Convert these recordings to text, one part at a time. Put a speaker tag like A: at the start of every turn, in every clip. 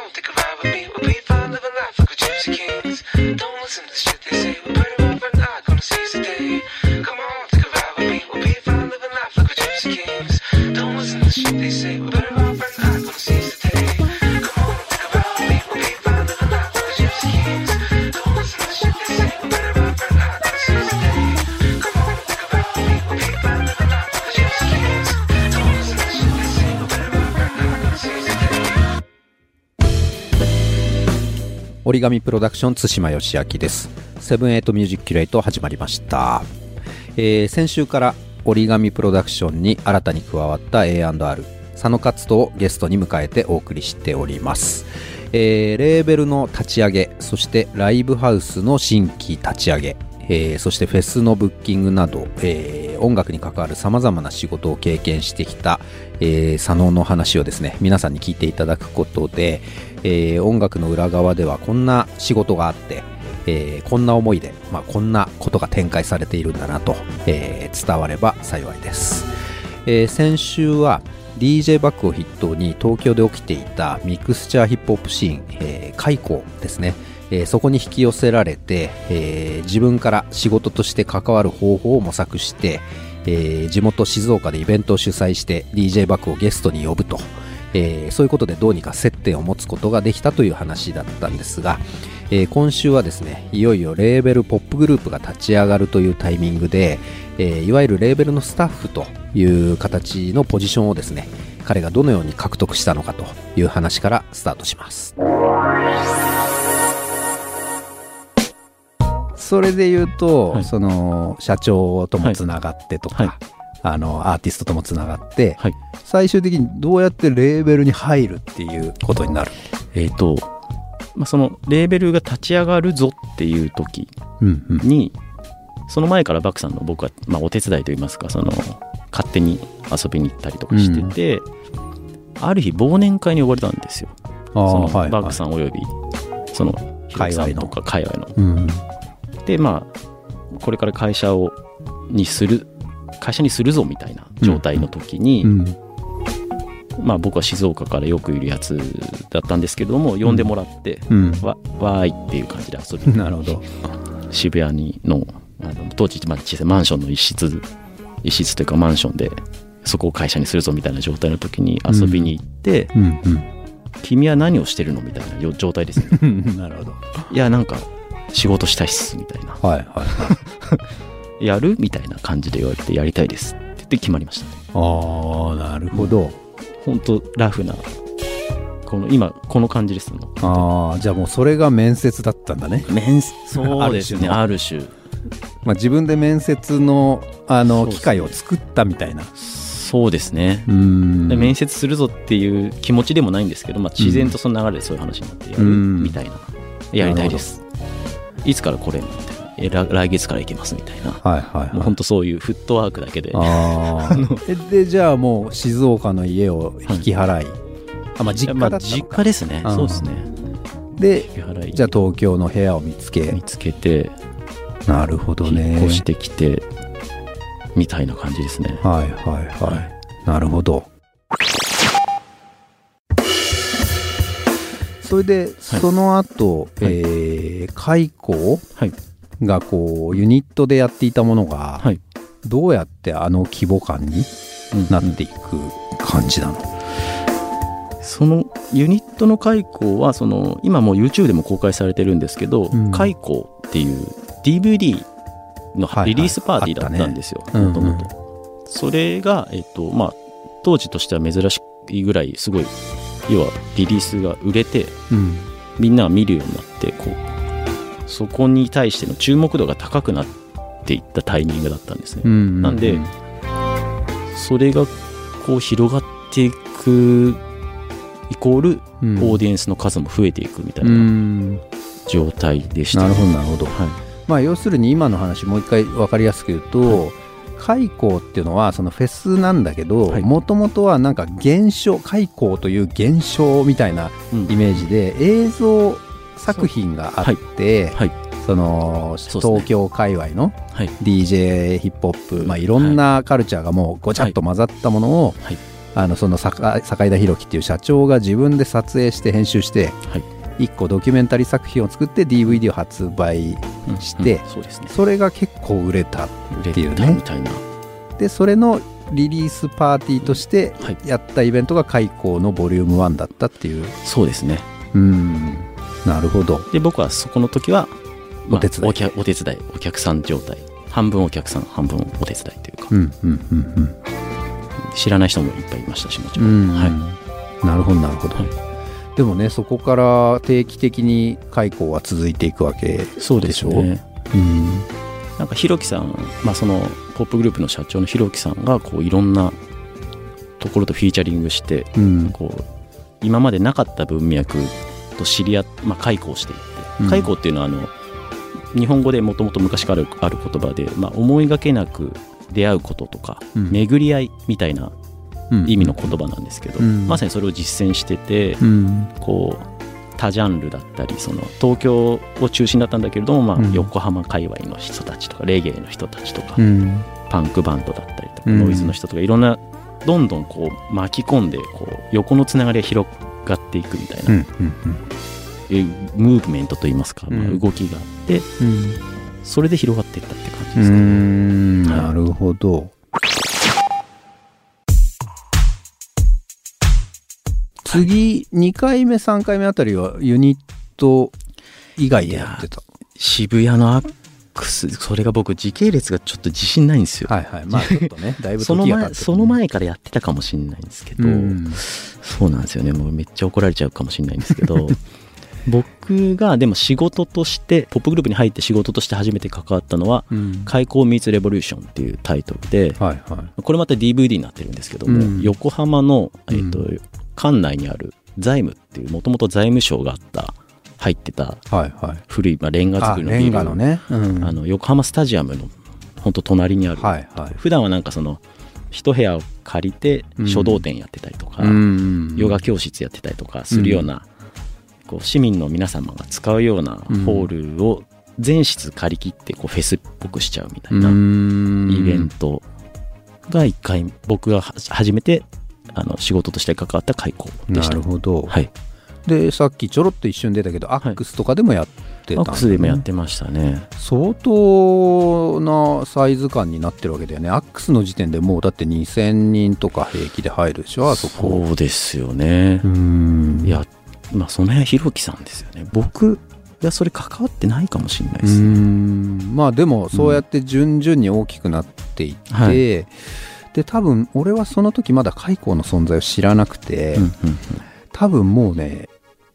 A: on, take a ride with me. We'll be fine living life like we're gypsy kings. Don't listen to the shit they say. We're better off right now, gonna seize the day. Come on, take a ride with me. We'll be fine living life like we're gypsy kings. Don't listen to the shit they say. We're better off right now, gonna seize the day. Come on, take a ride with me. We'll be fine living life like we're gypsy kings. Don't listen to the shit they say. We're better off right now, gonna seize the day. Come on, take a ride with me. We'll be fine living life like we're gypsy kings. Don't listen to the shit they say. We're better off right now, gonna seize the day.
B: 折り紙プロダクション対馬義明です。セブンエイトミュージックキュレート始まりました。先週から折り紙プロダクションに新たに加わった A&R 佐野勝人をゲストに迎えてお送りしております。レーベルの立ち上げ、そしてライブハウスの新規立ち上げ、そしてフェスのブッキングなど、音楽に関わる様々な仕事を経験してきた、佐野の話をですね、皆さんに聞いていただくことで、音楽の裏側ではこんな仕事があって、こんな思いで、こんなことが展開されているんだなと、伝われば幸いです。先週は DJ バックを筆頭に東京で起きていたミクスチャーヒップホップシーン、開港ですね、そこに引き寄せられて、自分から仕事として関わる方法を模索して、地元静岡でイベントを主催して DJ バックをゲストに呼ぶと、そういうことでどうにか接点を持つことができたという話だったんですが、今週はですね、いよいよレーベルポップグループが立ち上がるというタイミングで、いわゆるレーベルのスタッフという形のポジションをですね、彼がどのように獲得したのかという話からスタートします。それで言うと、はい、その社長ともつながってとか、はい、アーティストともつながって、はい、最終的にどうやってレーベルに入るっていうことになる？
C: そのレーベルが立ち上がるぞっていう時に、その前からバックさんの僕は、お手伝いといいますか、その勝手に遊びに行ったりとかしてて、ある日忘年会に呼ばれたんですよ。そのバックさんおよびそのひろきさんとか界隈の、でこれから会社にするぞみたいな状態の時に、僕は静岡からよくいるやつだったんですけども、呼んでもらって、わーいっていう感じで遊びに、
B: なるほど、渋
C: 谷の当時小さいマンションの一室というかマンションでそこを会社にするぞみたいな状態の時に遊びに行って、君は何をしてるのみたいな状態ですね。
B: なるほど。
C: いや、なんか仕事したいっすみたいな、やるみたいな感じで言われて、やりたいですって言って決まりましたね。
B: なるほど。
C: 本当ラフな今この感じです
B: もん。じゃあもうそれが面接だったんだね。
C: そうですね。ある種、
B: 自分で面接の機会を作ったみたいな。
C: そうですね。で面接するぞっていう気持ちでもないんですけど、自然とその流れでそういう話になってやるみたいな。やりたいです。いつからこれみたいな。来月から行けますみたいな。もう本当そういうフットワークだけで。
B: でじゃあもう静岡の家を引き払い、実家だったのか。
C: 実家ですね。そうですね。
B: でじゃあ東京の部屋を見つけ
C: て、なるほどね、引っ越してきてみたいな感じですね。
B: なるほど。それでその後、開港がこうユニットでやっていたものが、どうやって規模感になっていく感じなの？
C: そのユニットの開港は今もう YouTube でも公開されてるんですけど、開港っていう DVD のリリースパーティーだったんですよ、もともと。それが、当時としては珍しいぐらいすごい、要はリリースが売れて、みんなが見るようになって、そこに対しての注目度が高くなっていったタイミングだったんですね。なんでそれが広がっていくイコール、オーディエンスの数も増えていくみたいな状態でした。
B: なるほど。要するに今の話もう一回分かりやすく言うと、開港っていうのはそのフェスなんだけど、もともとはなんか現象、開港という現象みたいなイメージで、映像作品があって、その東京界隈の DJ ヒップホップ、いろんなカルチャーがもうごちゃっと混ざったものをその坂井田博樹っていう社長が自分で撮影して編集して、はい、1個ドキュメンタリー作品を作って DVD を発売して、
C: そうですね、
B: それが結構売れたっていうね。
C: みたいな。
B: でそれのリリースパーティーとしてやったイベントが開講のボリューム1だったっていう。
C: そうですね。
B: なるほど。
C: で僕はそこの時は、
B: お手伝い、
C: お手伝い、お客さん状態、半分お客さん半分お手伝いというか、知らない人もいっぱいいましたし、もちろん、はい、
B: なるほどなるほど、はい、でもねそこから定期的に開講は続いていくわけでしょ。
C: そうですね。なんかひろきさん、そのポップグループの社長のひろきさんがこういろんなところとフィーチャリングして、こう今までなかった文脈と知り合って、開講していって、開講っていうのは日本語でもともと昔からある言葉で、思いがけなく出会うこととか、巡り合いみたいな意味の言葉なんですけど、まさにそれを実践してて、こう多ジャンルだったり、その東京を中心だったんだけれども、横浜界隈の人たちとかレゲエの人たちとか、パンクバンドだったりとか、ノイズの人とか、いろんなどんどんこう巻き込んでこう横のつながりが広がっていくみたいな、ムーブメントといいますか、動きがあって、それで広がっていったって感じですかね。
B: なるほど。次2回目3回目あたりはユニット以外でやってた。
C: 渋谷のアックス、それが僕時系列がちょっと自信ないんですよ。
B: はいはい、ちょっとねだいぶ時が経って、ね、
C: その前からやってたかもしれないんですけど、そうなんですよね。もうめっちゃ怒られちゃうかもしれないんですけど僕がでも仕事としてポップグループに入って仕事として初めて関わったのは、開港ミーツレボリューションっていうタイトルで、これまた DVD になってるんですけども、横浜の、館内にある財務っていう、もともと財務省があった入ってた古い、レンガ作りのビル、
B: レンガのね、
C: 横浜スタジアムの本当隣にある、普段はなんかその一部屋を借りて書道展やってたりとか、ヨガ教室やってたりとかするような、こう市民の皆様が使うようなホールを全室借り切ってこうフェスっぽくしちゃうみたいなイベントが一回僕が初めて仕事として関わった開講でした。
B: なるほど、
C: はい、
B: でさっきちょろっと一瞬出たけど、アックスとかでもやってたんだね。
C: アックスでもやってましたね。
B: 相当なサイズ感になってるわけだよね。アックスの時点でもうだって2000人とか平気で入るでしょ、あそこ。
C: そうですよね。いや、その辺ひろきさんですよね。僕はそれ関わってないかもしれないですね。
B: でもそうやって順々に大きくなっていって、で多分俺はその時まだ開講の存在を知らなくて、多分もうね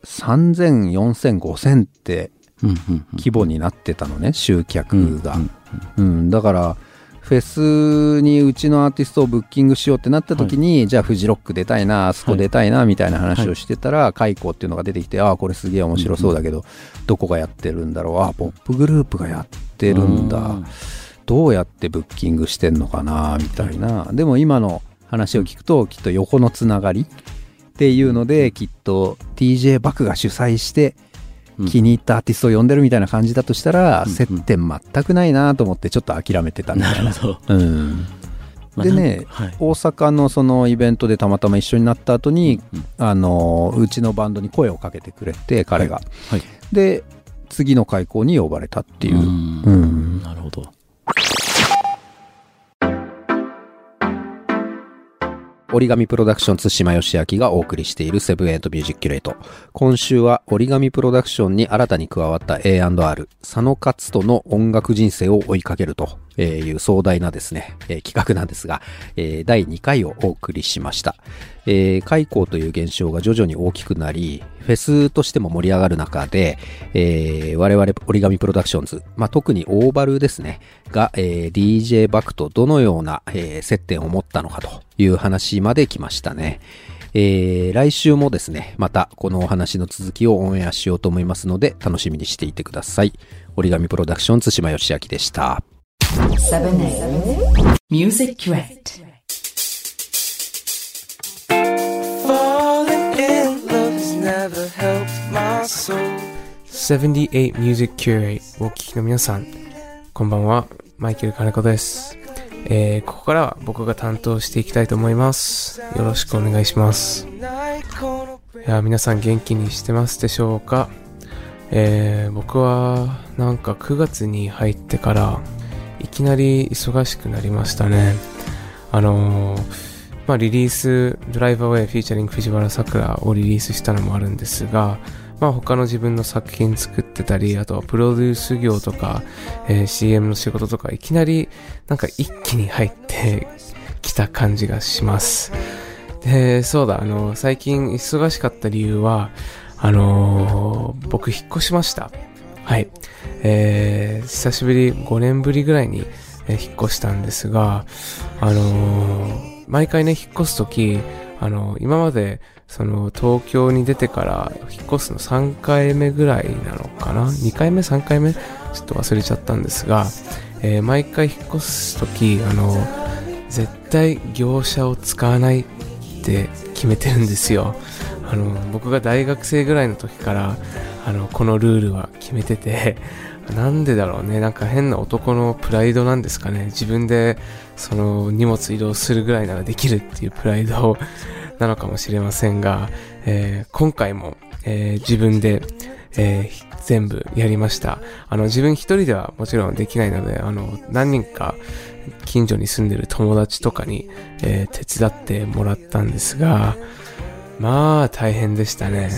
B: 3000、4000、5000って規模になってたのね、集客が。だからフェスにうちのアーティストをブッキングしようってなった時に、じゃあフジロック出たいな、あそこ出たいなみたいな話をしてたら、開講っていうのが出てきて、これすげえ面白そうだけど、どこがやってるんだろう、ポップグループがやってるんだ、どうやってブッキングしてんのかなみたいな。でも今の話を聞くと、きっと横のつながりっていうので、きっと DJ バクが主催して気に入ったアーティストを呼んでるみたいな感じだとしたら、接点全くないなと思ってちょっと諦めてたみたいな。
C: なるほ
B: ど。でね、大阪のそのイベントでたまたま一緒になった後に、うちのバンドに声をかけてくれて、彼が、で次の開講に呼ばれたっていう。
C: なるほど。
B: 折り紙プロダクション津島義明がお送りしているセブン&ミュージックキュレート。今週は折り紙プロダクションに新たに加わった A&R 佐野勝人の音楽人生を追いかけるという壮大なですね、企画なんですが、第2回をお送りしました。開講という現象が徐々に大きくなり、フェスとしても盛り上がる中で、我々折り紙プロダクションズ、特にオーバルですねが、DJ バクとどのような、接点を持ったのかという話まで来ましたね。来週もですね、またこのお話の続きをオンエアしようと思いますので、楽しみにしていてください。折り紙プロダクション津島義明でした。
D: Music Curate。
E: 78 Music Curate をお聴きの皆さん、こんばんは、マイケル金子です。
D: ここからは僕が担当していきたいと思います。よろしくお願いします。いや、皆さん元気にしてますでしょうか？僕はなんか9月に入ってからいきなり忙しくなりましたね。リリースドライブアウェイフィーチャリング藤原さくらをリリースしたのもあるんですが、他の自分の作品作ってたり、あとはプロデュース業とか、CM の仕事とかいきなりなんか一気に入ってきた感じがします。で、そうだ、最近忙しかった理由は僕引っ越しました。はい。久しぶり、5年ぶりぐらいに、引っ越したんですが、毎回ね、引っ越すとき、今まで、東京に出てから引っ越すの3回目ぐらいなのかな ?2 回目 ?3 回目ちょっと忘れちゃったんですが、毎回引っ越すとき、絶対業者を使わないって決めてるんですよ。僕が大学生ぐらいの時からこのルールは決めてて、なんでだろうね、なんか変な男のプライドなんですかね。自分で荷物移動するぐらいならできるっていうプライドなのかもしれませんが、今回も、自分で、全部やりました。自分一人ではもちろんできないので、何人か近所に住んでる友達とかに、手伝ってもらったんですが、大変でしたね。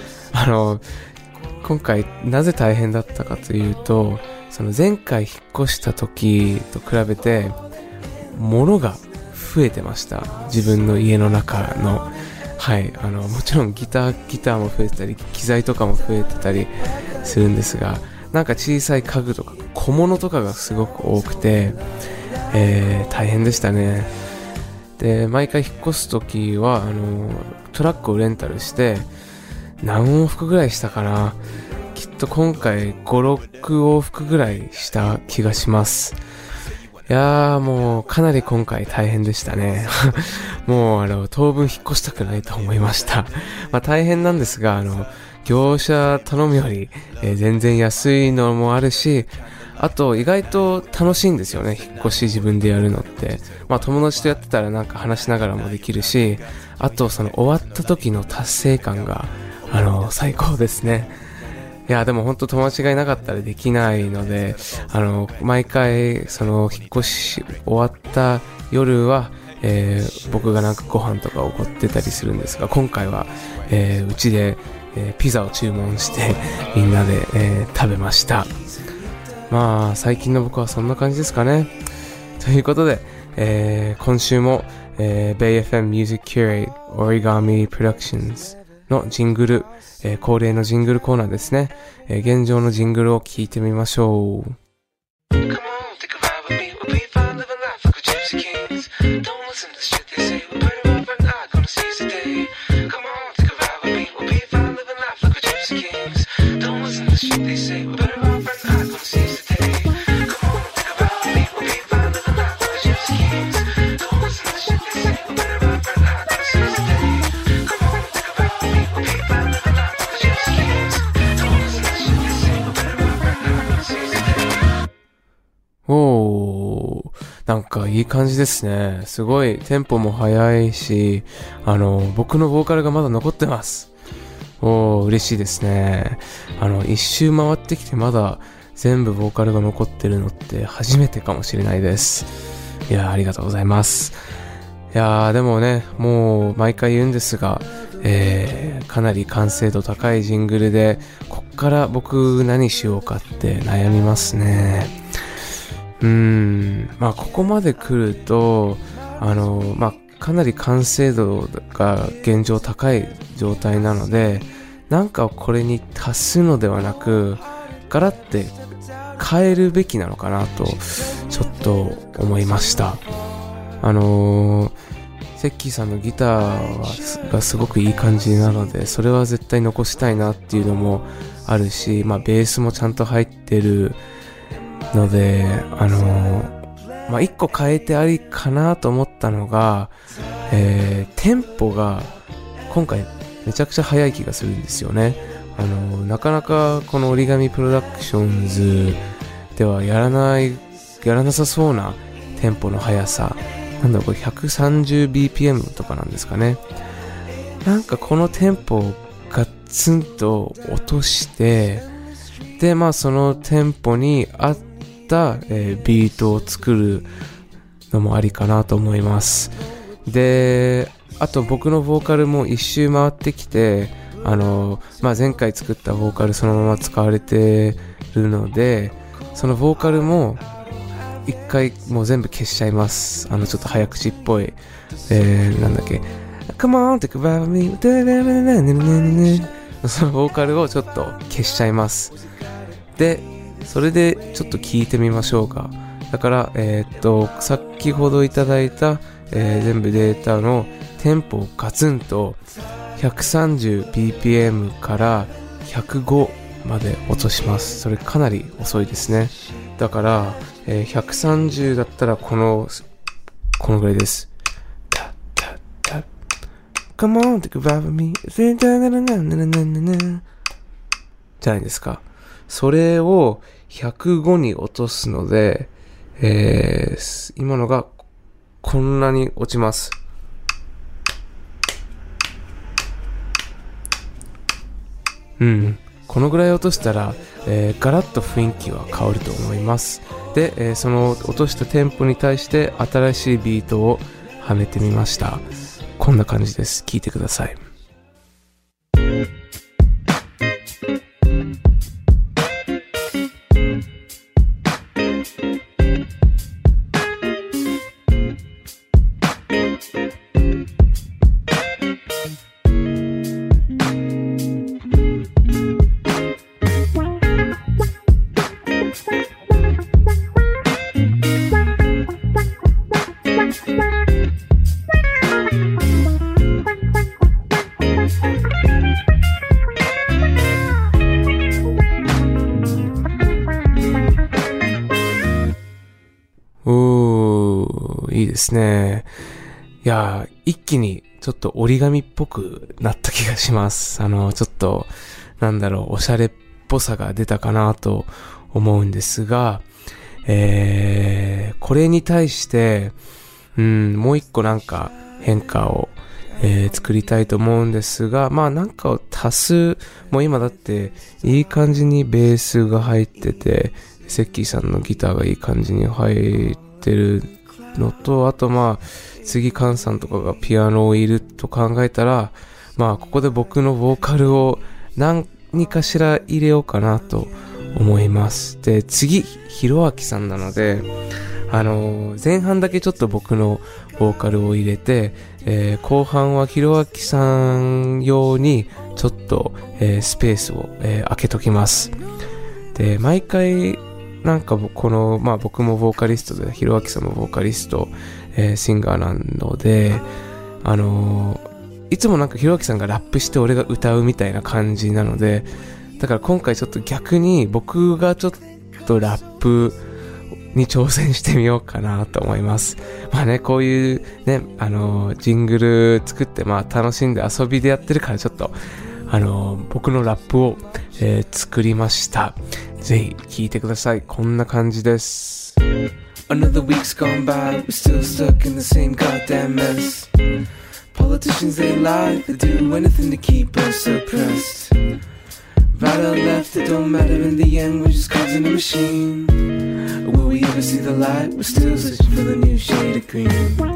D: 今回なぜ大変だったかというと、前回引っ越した時と比べて物が増えてました。自分の家の中の、はい、もちろんギターも増えてたり、機材とかも増えてたりするんですが、なんか小さい家具とか小物とかがすごく多くて、大変でしたね。で、毎回引っ越す時はトラックをレンタルして何往復ぐらいしたかな。きっと今回5、6往復ぐらいした気がします。いやー、もうかなり今回大変でしたね。もう当分引っ越したくないと思いました。大変なんですが、業者頼むより、全然安いのもあるし、あと意外と楽しいんですよね、引っ越し自分でやるのって。友達とやってたらなんか話しながらもできるし、あと終わった時の達成感が最高ですね。いや、でも本当友達がいなかったらできないので、毎回引っ越し終わった夜は、僕がなんかご飯とかおごってたりするんですが、今回は、うちで、ピザを注文してみんなで、食べました。最近の僕はそんな感じですかね。ということで、今週も、Bay FM Music Curate Origami Productions のジングル、恒例のジングルコーナーですね。現状のジングルを聞いてみましょう。
A: Come on, take a ride with me. We'll be fine living life like we're gypsy kings. Don't listen to shit they say. We're better off and not gonna seize the day. Come on, take a ride with me. We'll be fine living life like we're gypsy kings. Don't listen to shit they say. We're better off and not gonna seize the day. Come on, take a ride with me. We'll be fine living life like we're gypsy kings. Don't listen to shit they say. We're better off and not gonna seize the day. Come on, take a ride with me. We'll be fine living life like we're gypsy kings. Don't listen to shit they say. We're better off and not gonna seize the day.
D: おー、なんかいい感じですね。すごいテンポも速いし、僕のボーカルがまだ残ってます。おー、嬉しいですね。一周回ってきてまだ全部ボーカルが残ってるのって初めてかもしれないです。いやー、ありがとうございます。いやー、でもね、もう毎回言うんですが、かなり完成度高いジングルで、こっから僕何しようかって悩みますね。ここまで来ると、かなり完成度が現状高い状態なので、なんかこれに足すのではなく、ガラッて変えるべきなのかなと、ちょっと思いました。セッキーさんのギターがすごくいい感じなので、それは絶対残したいなっていうのもあるし、ベースもちゃんと入ってるので、一個変えてありかなと思ったのが、テンポが今回めちゃくちゃ速い気がするんですよね。なかなかこの折り紙プロダクションズではやらなさそうなテンポの速さ、なんだろう、これ 130bpm とかなんですかね。なんかこのテンポをガツンと落として、でまあそのテンポに合った、ビートを作るのもありかなと思います。であと僕のボーカルも一周回ってきて、まあ、前回作ったボーカルそのまま使われてるので、そのボーカルも一回もう全部消しちゃいます。ちょっと早口っぽい、なんだっけ、Come on, take a me そのボーカルをちょっと消しちゃいます。で、それでちょっと聞いてみましょうか。だから、先ほどいただいた、全部データのテンポをガツンと 130bpm から105まで落とします。それかなり遅いですね。だから、130だったらこのぐらいです。Come on, take a ride with me. じゃないですか。それを105に落とすので、今のがこんなに落ちます。このぐらい落としたら、ガラッと雰囲気は変わると思います。で、その落としたテンポに対して新しいビートをはめてみました。こんな感じです。聞いてください。いいですね。いや、一気にちょっと折り紙っぽくなった気がします。ちょっと、なんだろう、おしゃれっぽさが出たかなと思うんですが、これに対して、もう一個なんか変化を、作りたいと思うんですが、まあなんかを足す、もう今だっていい感じにベースが入ってて、セッキーさんのギターがいい感じに入ってるのと、あとまあ次カンさんとかがピアノをいると考えたら、まあここで僕のボーカルを何かしら入れようかなと思います。で、次ひろあきさんなので、前半だけちょっと僕のボーカルを入れて、後半はひろあきさん用にちょっと、スペースを、空けときます。で、毎回なんかこの、まあ僕もボーカリストで、ひろあきさんもボーカリスト、シンガーなので、いつもなんかひろあきさんがラップして俺が歌うみたいな感じなので、だから今回ちょっと逆に僕がちょっとラップに挑戦してみようかなと思います。まあね、こういうね、ジングル作ってまあ楽しんで遊びでやってるからちょっと、僕のラップを、作りました。ぜひ聴いてください。こんな感じです。
A: Another week's gone by, we're still stuck in the same goddamn mess. Politicians, they lie, they do anything to keep us suppressed. Right or left, it don't matter in the end, we're just cogs in a machine. Will we ever see the light? We're still searching for the new shade of green.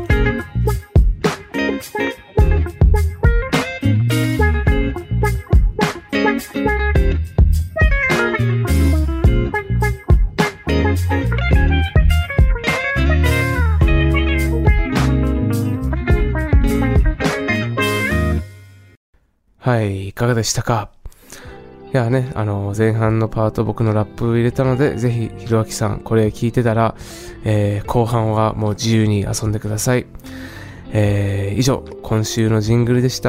D: はい、いかがでしたか？いやね、前半のパート僕のラップ入れたので、ぜひひろあきさんこれ聞いてたら、後半はもう自由に遊んでください。以上、今週のジングルでした。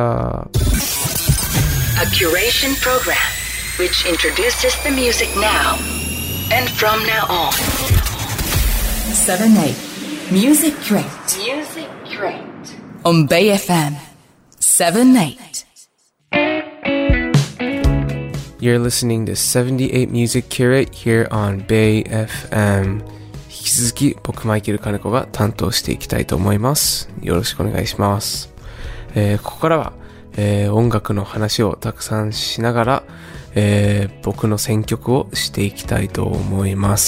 E: A curation program which introduces the music now and from now on. 7-8 Music Crate. Music Crate. On Bay FM 7-8.
D: You're listening to 78 Music Curate here on Bay FM. き続き僕マイケル金子が担当していきたいと思います。よろしくお願いします。ここからは、音楽の話をたくさんしながら、僕の選曲をしていきたいと思います。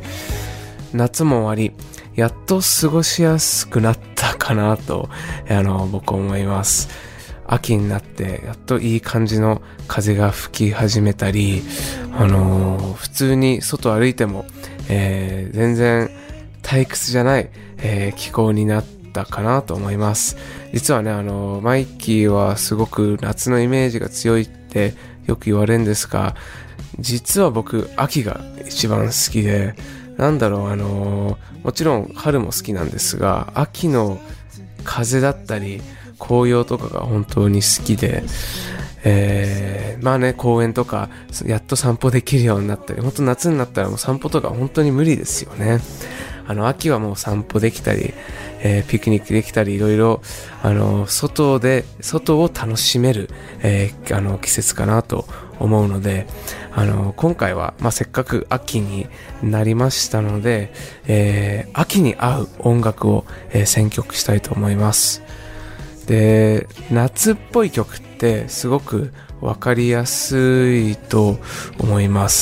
D: 夏も終わり、やっと過ごしやすくなったかなと、僕思います。秋になってやっといい感じの風が吹き始めたり、普通に外歩いても、全然退屈じゃない、気候になったかなと思います。実はね、マイキーはすごく夏のイメージが強いってよく言われるんですが、実は僕秋が一番好きで、もちろん春も好きなんですが、秋の風だったり紅葉とかが本当に好きで、まあね、公園とかやっと散歩できるようになったり、本当夏になったらもう散歩とか本当に無理ですよね。秋はもう散歩できたり、ピクニックできたり、いろいろ外を楽しめる、季節かなと思うので、今回は、せっかく秋になりましたので、秋に合う音楽を、選曲したいと思います。で、夏っぽい曲ってすごくわかりやすいと思います。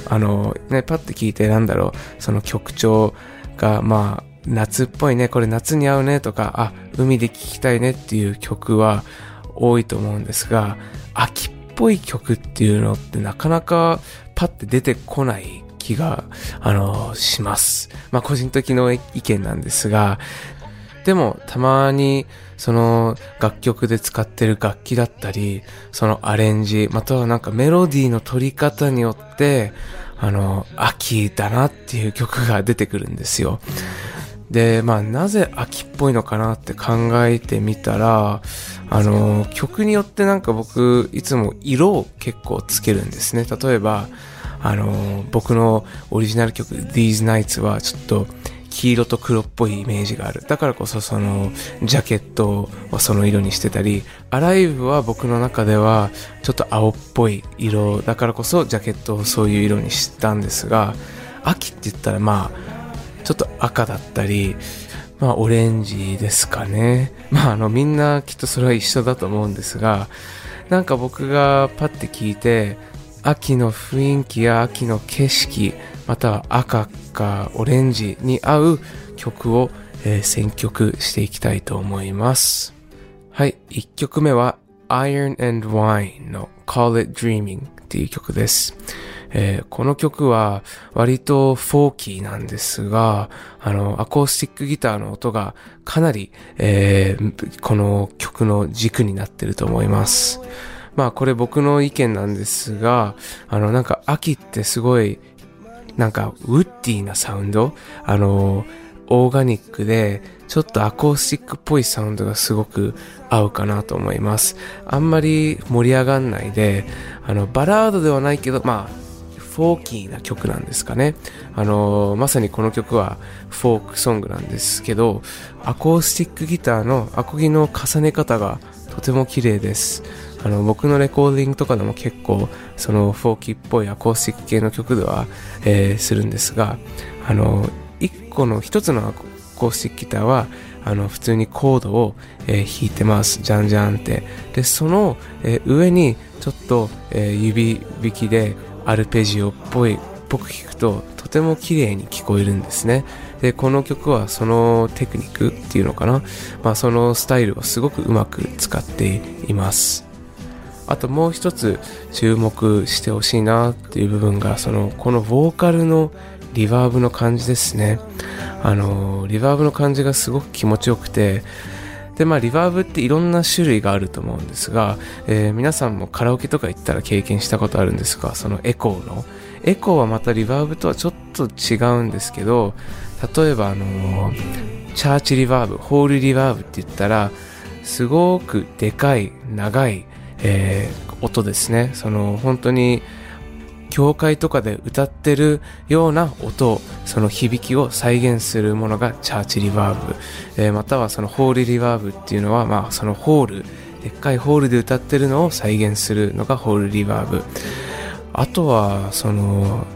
D: パッて聞いてその曲調が夏っぽいね、これ夏に合うねとか、海で聴きたいねっていう曲は多いと思うんですが、秋っぽい曲っていうのってなかなかパッて出てこない気がします。個人的な意見なんですが、でもたまにその楽曲で使ってる楽器だったり、そのアレンジ、またはメロディーの取り方によって秋だなっていう曲が出てくるんですよ。で、なぜ秋っぽいのかなって考えてみたら、曲によって僕いつも色を結構つけるんですね。例えば僕のオリジナル曲 These Nights はちょっと黄色と黒っぽいイメージがある。だからこそそのジャケットをその色にしてたり、Alive は僕の中ではちょっと青っぽい色だからこそジャケットをそういう色にしたんですが、秋って言ったらちょっと赤だったり、オレンジですかね。みんなきっとそれは一緒だと思うんですが、僕がパッて聞いて、秋の雰囲気や秋の景色、または赤かオレンジに合う曲を、選曲していきたいと思います。はい、1曲目は Iron and Wine の Call It Dreaming っていう曲です。この曲は割とフォーキーなんですが、アコースティックギターの音がかなり、この曲の軸になってると思います。これ僕の意見なんですが、秋ってすごいウッディなサウンド、オーガニックでちょっとアコースティックっぽいサウンドがすごく合うかなと思います。あんまり盛り上がんないで、バラードではないけど、フォーキーな曲なんですかね。まさにこの曲はフォークソングなんですけど、アコースティックギターのアコギの重ね方がとても綺麗です。僕のレコーディングとかでも結構そのフォーキーっぽいアコースティック系の曲では、するんですが、一つのアコースティックギターは普通にコードを、弾いてます。ジャンジャンって。で、その、上にちょっと、指弾きでアルペジオっぽく弾くととても綺麗に聞こえるんですね。で、この曲はそのテクニックっていうのかな、そのスタイルをすごくうまく使っています。あともう一つ注目してほしいなっていう部分が、このボーカルのリバーブの感じですね。リバーブの感じがすごく気持ちよくて、で、リバーブっていろんな種類があると思うんですが、皆さんもカラオケとか行ったら経験したことあるんですが、そのエコーはまたリバーブとはちょっと違うんですけど、例えばチャーチリバーブ、ホールリバーブって言ったら、すごくでかい、長い、音ですね。本当に教会とかで歌ってるような音、その響きを再現するものがチャーチリバーブ、またはそのホールリバーブっていうのは、そのホール、でっかいホールで歌ってるのを再現するのがホールリバーブ。あとは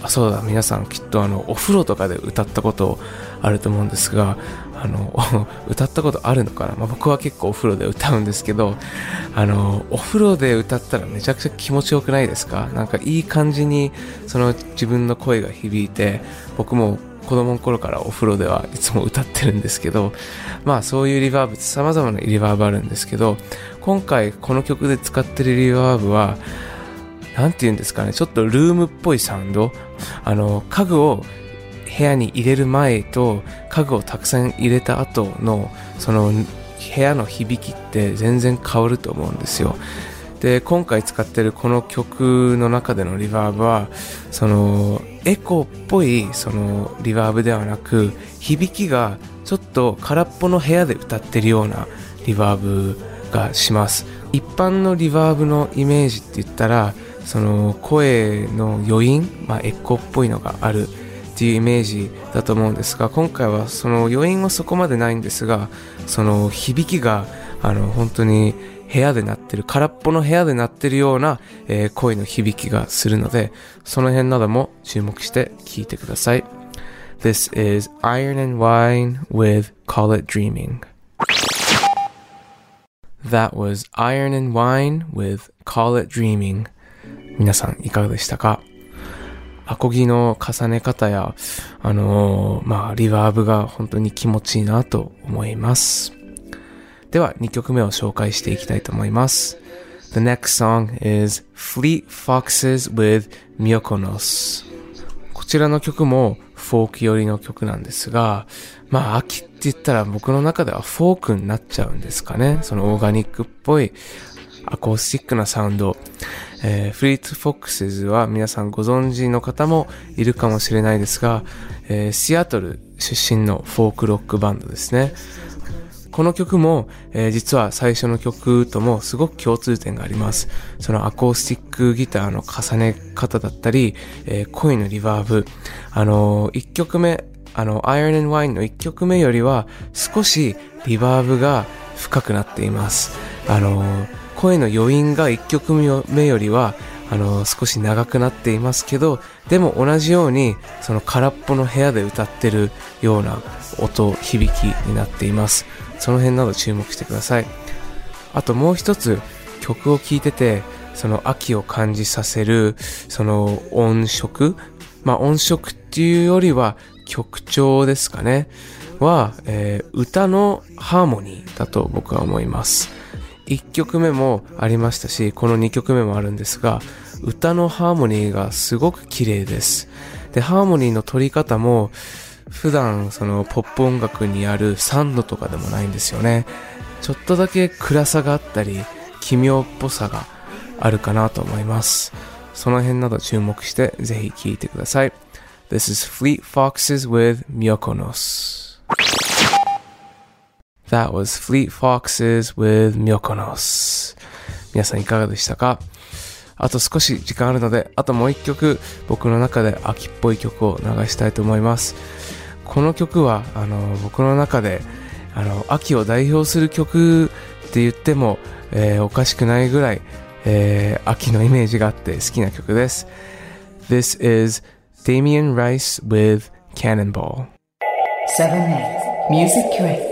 D: そうだ、皆さんきっとお風呂とかで歌ったことあると思うんですが、歌ったことあるのかな、僕は結構お風呂で歌うんですけど、お風呂で歌ったらめちゃくちゃ気持ちよくないですか？なんかいい感じにその自分の声が響いて、僕も子供の頃からお風呂ではいつも歌ってるんですけど、そういうリバーブ、様々なリバーブあるんですけど、今回この曲で使ってるリバーブはなんて言うんですかね、ちょっとルームっぽいサウンド、家具を部屋に入れる前と家具をたくさん入れた後のその部屋の響きって全然変わると思うんですよ。で、今回使ってるこの曲の中でのリバーブはそのエコーっぽいそのリバーブではなく、響きがちょっと空っぽの部屋で歌ってるようなリバーブがします。一般のリバーブのイメージって言ったら、その声の余韻、エコーっぽいのがあるっていうイメージだと思うんですが、今回はその余韻はそこまでないんですが、その響きが本当に部屋で鳴ってる、空っぽの部屋で鳴ってるような、声の響きがするので、その辺なども注目して聴いてください。This is Iron and Wine with Call It Dreaming. That was Iron and Wine with Call It Dreaming. 皆さんいかがでしたか？アコギの重ね方や、リバーブが本当に気持ちいいなと思います。では2曲目を紹介していきたいと思います。The next song is Fleet Foxes with Mykonos. こちらの曲もフォーク寄りの曲なんですが、秋って言ったら僕の中ではフォークになっちゃうんですかね。そのオーガニックっぽいアコースティックなサウンド。フリートフォックスズは皆さんご存知の方もいるかもしれないですが、シアトル出身のフォークロックバンドですね。この曲も、実は最初の曲ともすごく共通点があります。そのアコースティックギターの重ね方だったり、声のリバーブ、1曲目、Iron and Wine の1曲目よりは少しリバーブが深くなっています。声の余韻が1曲目よりは少し長くなっていますけど、でも同じようにその空っぽの部屋で歌ってるような音、響きになっています。その辺など注目してください。あともう一つ、曲を聴いててその秋を感じさせるその音色、音色っていうよりは曲調ですかねは、歌のハーモニーだと僕は思います。1曲目もありましたし、この2曲目もあるんですが、歌のハーモニーがすごく綺麗です。で、ハーモニーの取り方も普段そのポップ音楽にある3度とかでもないんですよね。ちょっとだけ暗さがあったり奇妙っぽさがあるかなと思います。その辺など注目してぜひ聴いてください。This is Fleet Foxes with Mykonos.That was Fleet Foxes with Mykonos. 皆さんいかがでしたか？あと少し時間あるので、あともう一曲僕の中で秋っぽい曲を流したいと思います。この曲は僕の中で秋を代表する曲って言っても、おかしくないぐらい、秋のイメージがあって好きな曲です。This is Damien Rice with Cannonball.
E: 7 Music Curate